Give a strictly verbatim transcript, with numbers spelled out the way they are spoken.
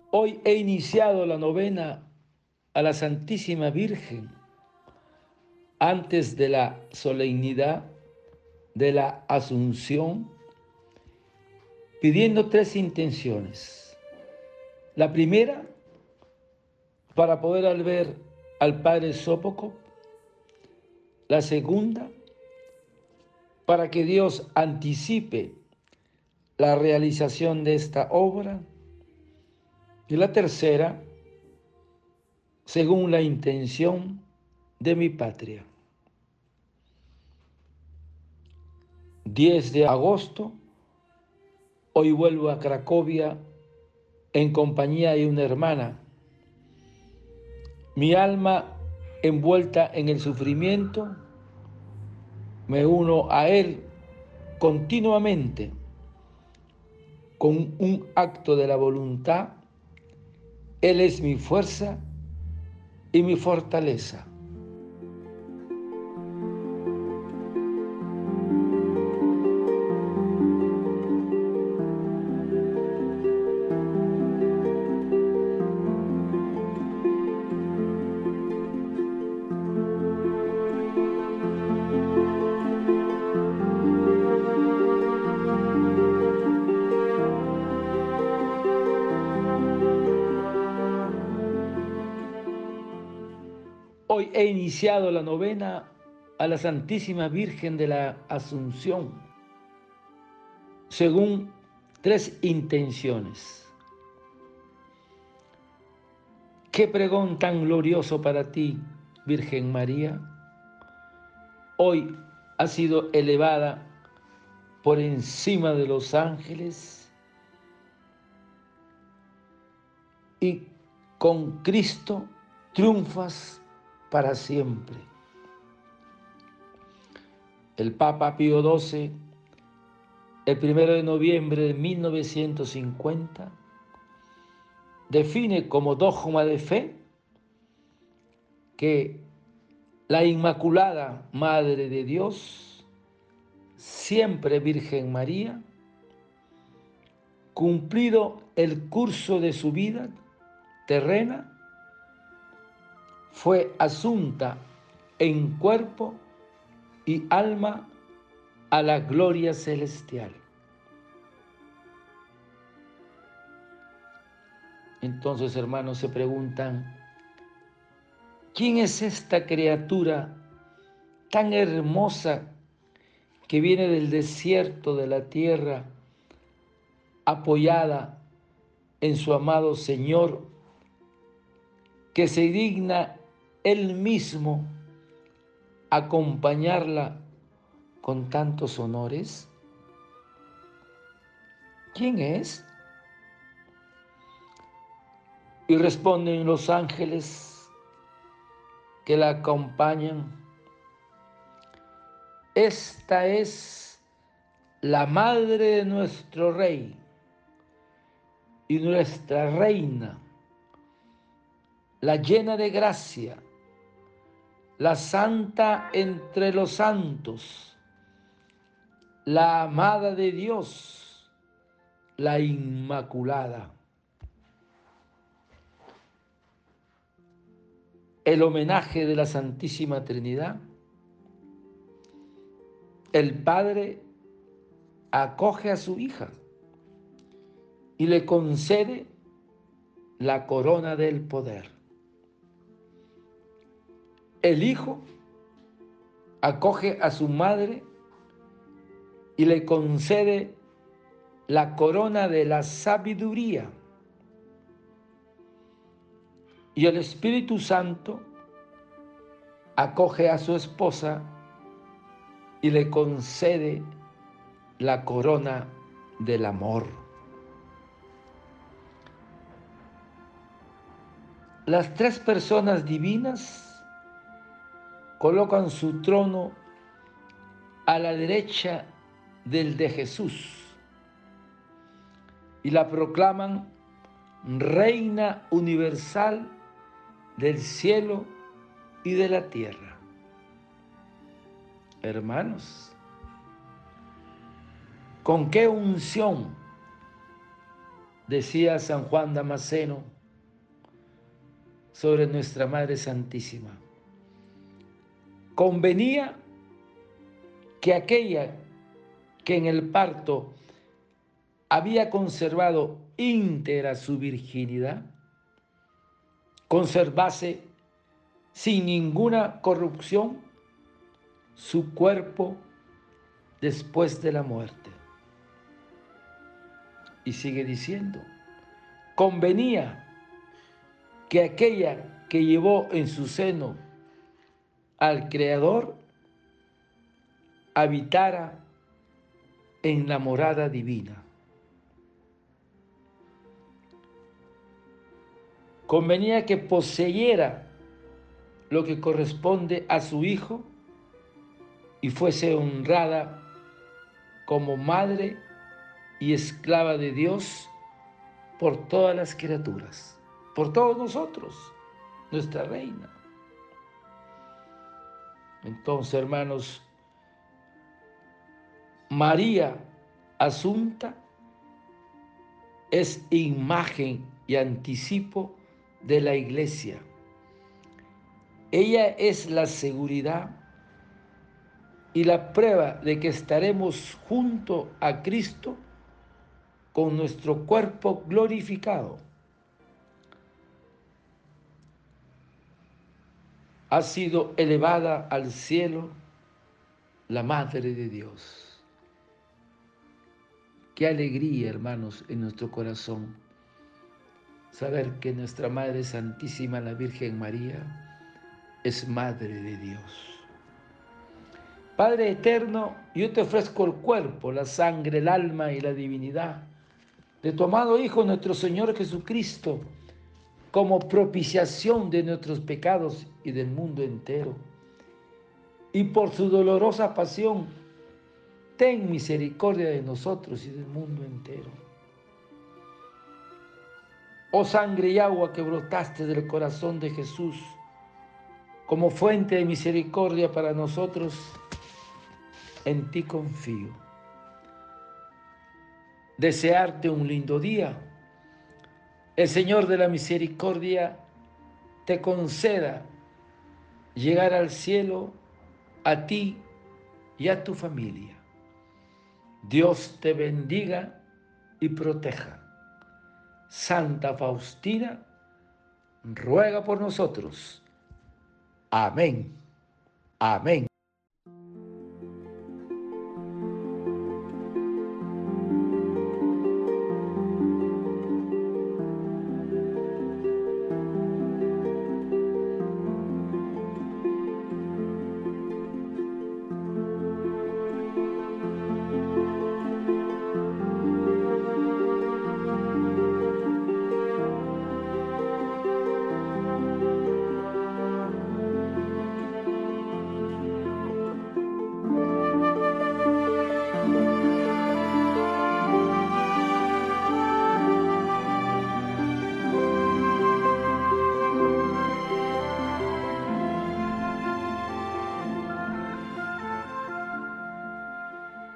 Hoy he iniciado la novena a la Santísima Virgen antes de la solemnidad de la Asunción, pidiendo tres intenciones. La primera, para poder ver al Padre Sópoco. La segunda, para que Dios anticipe la realización de esta obra. Y la tercera, según la intención de mi patria. diez de agosto, hoy vuelvo a Cracovia en compañía de una hermana. Mi alma envuelta en el sufrimiento, me uno a él continuamente con un acto de la voluntad. Él es mi fuerza y mi fortaleza. Hoy he iniciado la novena a la Santísima Virgen de la Asunción, según tres intenciones. Qué pregón tan glorioso para ti, Virgen María. Hoy ha sido elevada por encima de los ángeles y con Cristo triunfas para siempre. El Papa Pío doce, el primero de noviembre de mil novecientos cincuenta, define como dogma de fe que la Inmaculada Madre de Dios, siempre Virgen María, cumplido el curso de su vida terrena, fue asunta en cuerpo y alma a la gloria celestial. Entonces, hermanos, se preguntan, ¿quién es esta criatura tan hermosa que viene del desierto de la tierra, apoyada en su amado Señor, que se digna Él mismo acompañarla con tantos honores? ¿Quién es? Y responden los ángeles que la acompañan: esta es la madre de nuestro Rey y nuestra Reina, la llena de gracia, la santa entre los santos, la amada de Dios, la Inmaculada. El homenaje de la Santísima Trinidad. El Padre acoge a su hija y le concede la corona del poder. El Hijo acoge a su madre y le concede la corona de la sabiduría. Y el Espíritu Santo acoge a su esposa y le concede la corona del amor. Las tres personas divinas colocan su trono a la derecha del de Jesús y la proclaman Reina universal del cielo y de la tierra. Hermanos, ¿con qué unción Decía San Juan Damasceno sobre nuestra Madre Santísima: convenía que aquella que en el parto había conservado íntegra su virginidad, conservase sin ninguna corrupción su cuerpo después de la muerte. Y sigue diciendo: convenía que aquella que llevó en su seno al Creador habitara en la morada divina. Convenía que poseyera lo que corresponde a su Hijo y fuese honrada como madre y esclava de Dios por todas las criaturas, por todos nosotros, nuestra reina. Entonces, hermanos, María Asunta es imagen y anticipo de la Iglesia. Ella es la seguridad y la prueba de que estaremos junto a Cristo con nuestro cuerpo glorificado. Ha sido elevada al cielo la Madre de Dios. Qué alegría, hermanos, en nuestro corazón saber que nuestra Madre Santísima, la Virgen María, es Madre de Dios. Padre eterno, yo te ofrezco el cuerpo, la sangre, el alma y la divinidad de tu amado Hijo, nuestro Señor Jesucristo, como propiciación de nuestros pecados y del mundo entero. Y por su dolorosa pasión, ten misericordia de nosotros y del mundo entero. Oh sangre y agua que brotaste del corazón de Jesús, como fuente de misericordia para nosotros, en ti confío. Desearte un lindo día. El Señor de la misericordia te conceda llegar al cielo a ti y a tu familia. Dios te bendiga y proteja. Santa Faustina, ruega por nosotros. Amén. Amén.